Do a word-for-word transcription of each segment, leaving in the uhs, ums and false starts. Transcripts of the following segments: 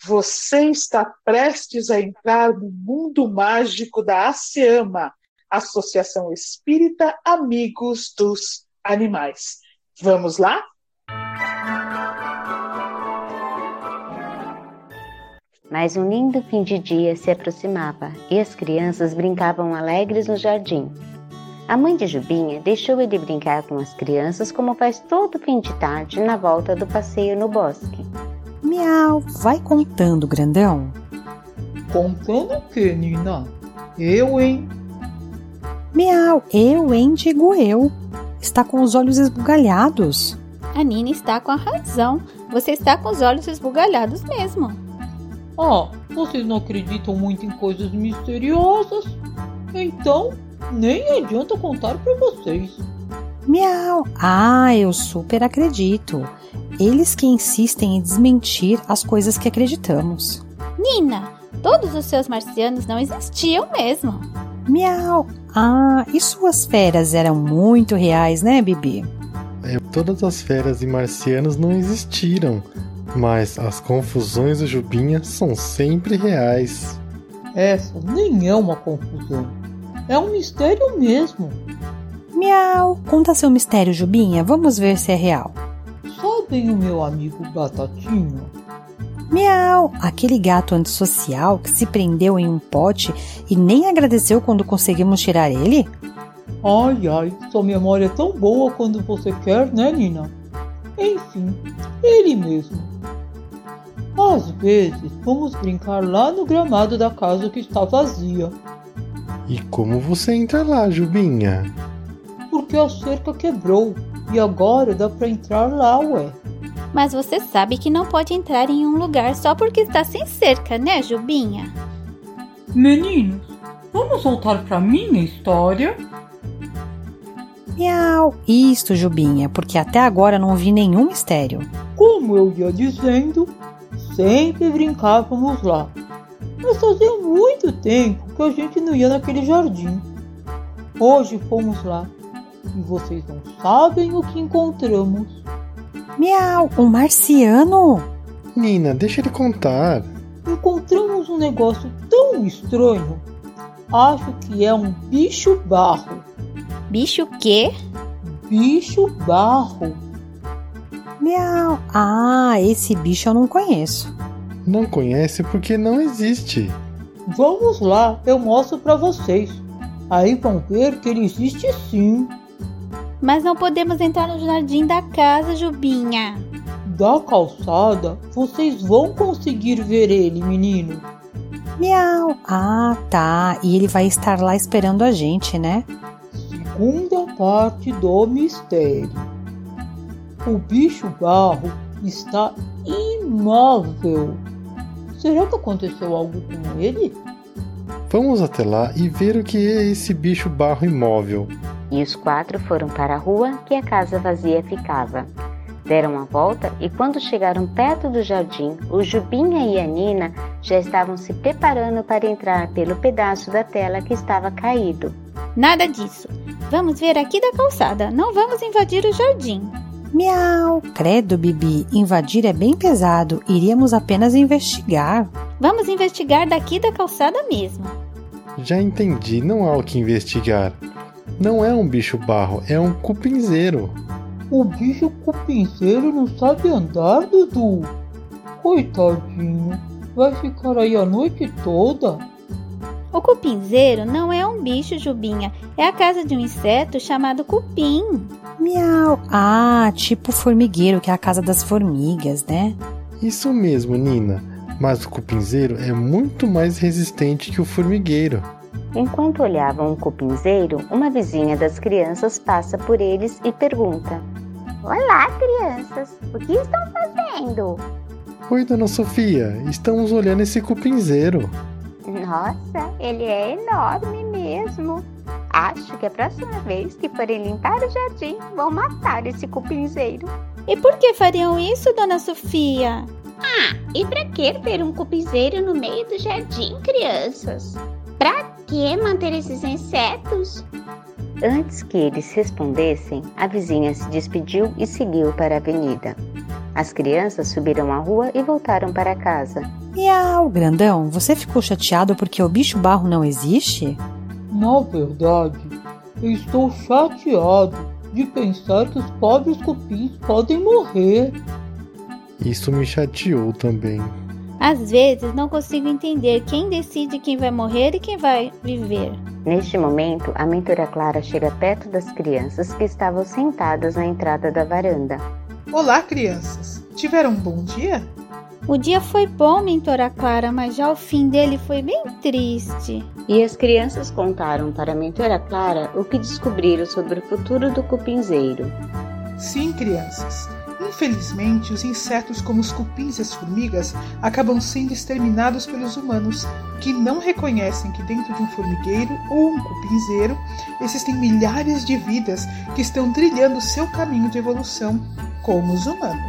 Você está prestes a entrar no mundo mágico da ASEAMA, Associação Espírita Amigos dos Animais. Vamos lá? Mas um lindo fim de dia se aproximava e as crianças brincavam alegres no jardim. A mãe de Jubinha deixou ele brincar com as crianças como faz todo fim de tarde na volta do passeio no bosque. Miau, vai contando, grandão. Contando o que, Nina? Eu, hein? Miau, eu, hein, digo eu. Está com os olhos esbugalhados. A Nina está com a razão. Você está com os olhos esbugalhados mesmo. Ah, vocês não acreditam muito em coisas misteriosas? Então, nem adianta contar para vocês. Miau, ah, eu super acredito. Eles que insistem em desmentir as coisas que acreditamos. Nina, todos os seus marcianos não existiam mesmo. Miau, ah, e suas feras eram muito reais, né, Bibi? É, todas as feras e marcianos não existiram, mas as confusões do Jubinha são sempre reais. Essa nem é uma confusão, é um mistério mesmo. Miau, conta seu mistério, Jubinha, vamos ver se é real. Sabem o meu amigo Batatinha? Miau, aquele gato antissocial que se prendeu em um pote e nem agradeceu quando conseguimos tirar ele? Ai, ai, sua memória é tão boa quando você quer, né, Nina? Enfim, ele mesmo. Às vezes, vamos brincar lá no gramado da casa que está vazia. E como você entra lá, Jubinha? Porque a cerca quebrou e agora dá pra entrar lá, ué. Mas você sabe que não pode entrar em um lugar só porque está sem cerca, né, Jubinha? Meninos, vamos voltar pra minha história? Miau, isto, Jubinha, porque até agora não vi nenhum mistério. Como eu ia dizendo, sempre brincávamos lá. Mas fazia muito tempo que a gente não ia naquele jardim. Hoje fomos lá e vocês não sabem o que encontramos. Miau, um marciano? Nina, deixa ele contar. Encontramos um negócio tão estranho. Acho que é um bicho barro. Bicho quê? Bicho barro. Miau, ah, esse bicho eu não conheço. Não conhece porque não existe. Vamos lá, eu mostro pra vocês. Aí vão ver que ele existe sim. Mas não podemos entrar no jardim da casa, Jubinha. Da calçada, vocês vão conseguir ver ele, menino. Miau, ah, tá. E ele vai estar lá esperando a gente, né? Segunda parte do mistério. O bicho barro está imóvel. Será que aconteceu algo com ele? Vamos até lá e ver o que é esse bicho barro imóvel. E os quatro foram para a rua que a casa vazia ficava. Deram a volta e quando chegaram perto do jardim, o Jubinha e a Nina já estavam se preparando para entrar pelo pedaço da tela que estava caído. Nada disso. Vamos ver aqui da calçada. Não vamos invadir o jardim. Miau, credo, Bibi. Invadir é bem pesado. Iríamos apenas investigar. Vamos investigar daqui da calçada mesmo. Já entendi, não há o que investigar. Não é um bicho barro, é um cupinzeiro. O bicho cupinzeiro não sabe andar, Dudu. Coitadinho, vai ficar aí a noite toda. O cupinzeiro não é um bicho, Jubinha. É a casa de um inseto chamado cupim. Miau. Ah, tipo formigueiro, que é a casa das formigas, né? Isso mesmo, Nina. Mas o cupinzeiro é muito mais resistente que o formigueiro. Enquanto olhavam o cupinzeiro, uma vizinha das crianças passa por eles e pergunta: Olá, crianças, o que estão fazendo? Oi, dona Sofia, estamos olhando esse cupinzeiro. Nossa, ele é enorme mesmo. Acho que a próxima vez que forem limpar o jardim, vão matar esse cupinzeiro. E por que fariam isso, dona Sofia? Ah, e pra que ter um cupinzeiro no meio do jardim, crianças? Pra que manter esses insetos? Antes que eles respondessem, a vizinha se despediu e seguiu para a avenida. As crianças subiram a rua e voltaram para casa. E ah, o grandão, você ficou chateado porque o bicho barro não existe? Na verdade, eu estou chateado de pensar que os pobres cupins podem morrer. Isso me chateou também. Às vezes não consigo entender quem decide quem vai morrer e quem vai viver. Neste momento, a mentora Clara chega perto das crianças que estavam sentadas na entrada da varanda. Olá, crianças! Tiveram um bom dia? O dia foi bom, mentora Clara, mas já o fim dele foi bem triste. E as crianças contaram para a mentora Clara o que descobriram sobre o futuro do cupinzeiro. Sim, crianças. Infelizmente, os insetos como os cupins e as formigas acabam sendo exterminados pelos humanos, que não reconhecem que dentro de um formigueiro ou um cupinzeiro existem milhares de vidas que estão trilhando seu caminho de evolução, como os humanos.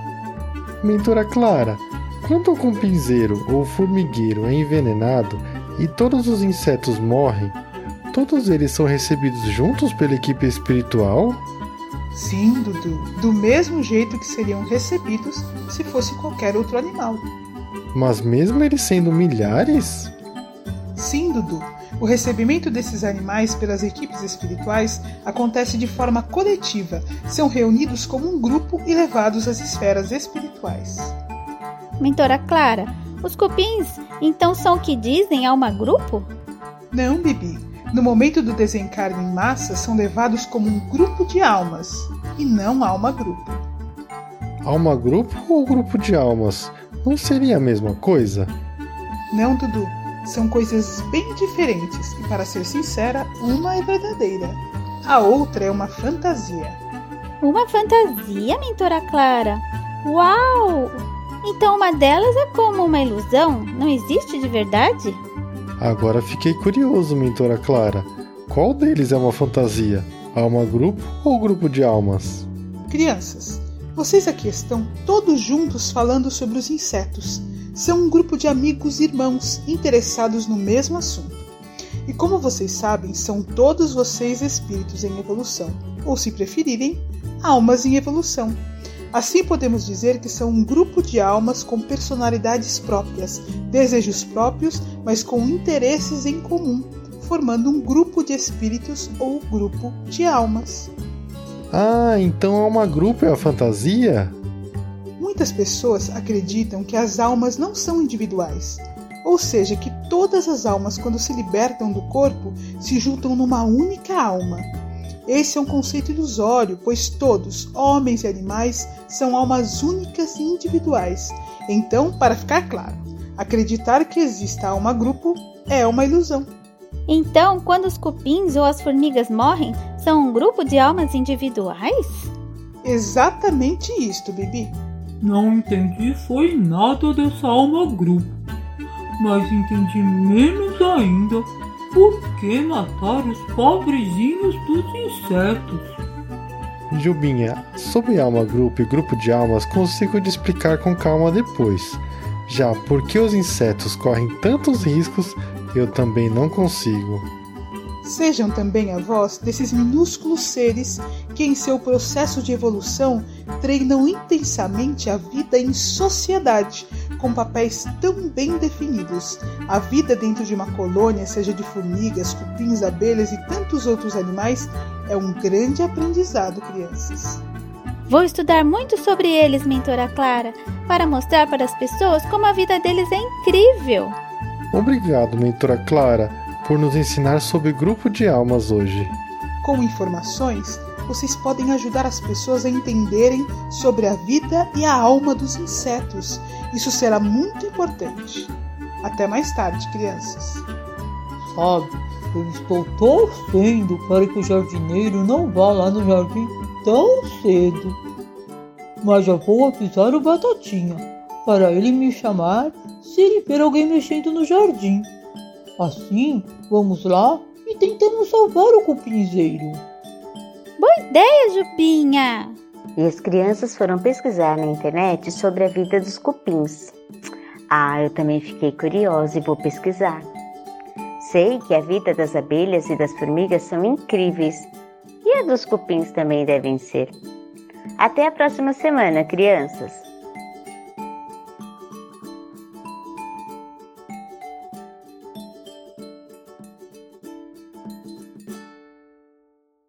Mentora Clara, quando o cupinzeiro ou formigueiro é envenenado e todos os insetos morrem, todos eles são recebidos juntos pela equipe espiritual? Sim, Dudu, do mesmo jeito que seriam recebidos se fosse qualquer outro animal. Mas mesmo eles sendo milhares? Sim, Dudu, o recebimento desses animais pelas equipes espirituais acontece de forma coletiva, são reunidos como um grupo e levados às esferas espirituais. Mentora Clara, os cupins então são o que dizem alma-grupo? Não, Bibi. No momento do desencarne em massa, são levados como um grupo de almas, e não alma-grupo. Alma-grupo ou grupo de almas? Não seria a mesma coisa? Não, Dudu. São coisas bem diferentes, e para ser sincera, uma é verdadeira. A outra é uma fantasia. Uma fantasia, mentora Clara? Uau! Então uma delas é como uma ilusão? Não existe de verdade? Agora fiquei curioso, mentora Clara. Qual deles é uma fantasia? Alma-grupo ou grupo de almas? Crianças, vocês aqui estão todos juntos falando sobre os insetos. São um grupo de amigos e irmãos interessados no mesmo assunto. E como vocês sabem, são todos vocês espíritos em evolução, ou se preferirem, almas em evolução. Assim podemos dizer que são um grupo de almas com personalidades próprias, desejos próprios, mas com interesses em comum, formando um grupo de espíritos ou grupo de almas. Ah, então alma-grupo é a fantasia? Muitas pessoas acreditam que as almas não são individuais, ou seja, que todas as almas, quando se libertam do corpo, se juntam numa única alma. Esse é um conceito ilusório, pois todos, homens e animais, são almas únicas e individuais. Então, para ficar claro, acreditar que exista alma-grupo é uma ilusão. Então, quando os cupins ou as formigas morrem, são um grupo de almas individuais? Exatamente isto, Bibi. Não entendi foi nada dessa alma-grupo, mas entendi menos ainda por que matar os pobrezinhos dos insetos. Jubinha, sobre alma-grupo e grupo de almas consigo te explicar com calma depois. Já porque os insetos correm tantos riscos, eu também não consigo. Sejam também a voz desses minúsculos seres que em seu processo de evolução treinam intensamente a vida em sociedade, com papéis tão bem definidos. A vida dentro de uma colônia, seja de formigas, cupins, abelhas e tantos outros animais, é um grande aprendizado, crianças. Vou estudar muito sobre eles, mentora Clara, para mostrar para as pessoas como a vida deles é incrível. Obrigado, mentora Clara, por nos ensinar sobre grupo de almas hoje. Com informações, vocês podem ajudar as pessoas a entenderem sobre a vida e a alma dos insetos. Isso será muito importante. Até mais tarde, crianças. Sabe, eu estou torcendo para que o jardineiro não vá lá no jardim tão cedo. Mas já vou avisar o Batatinha, para ele me chamar se ele ver alguém mexendo no jardim. Assim, vamos lá e tentamos salvar o cupinzeiro. Boa ideia, Jubinha! E as crianças foram pesquisar na internet sobre a vida dos cupins. Ah, eu também fiquei curiosa e vou pesquisar. Sei que a vida das abelhas e das formigas são incríveis, e a dos cupins também devem ser. Até a próxima semana, crianças!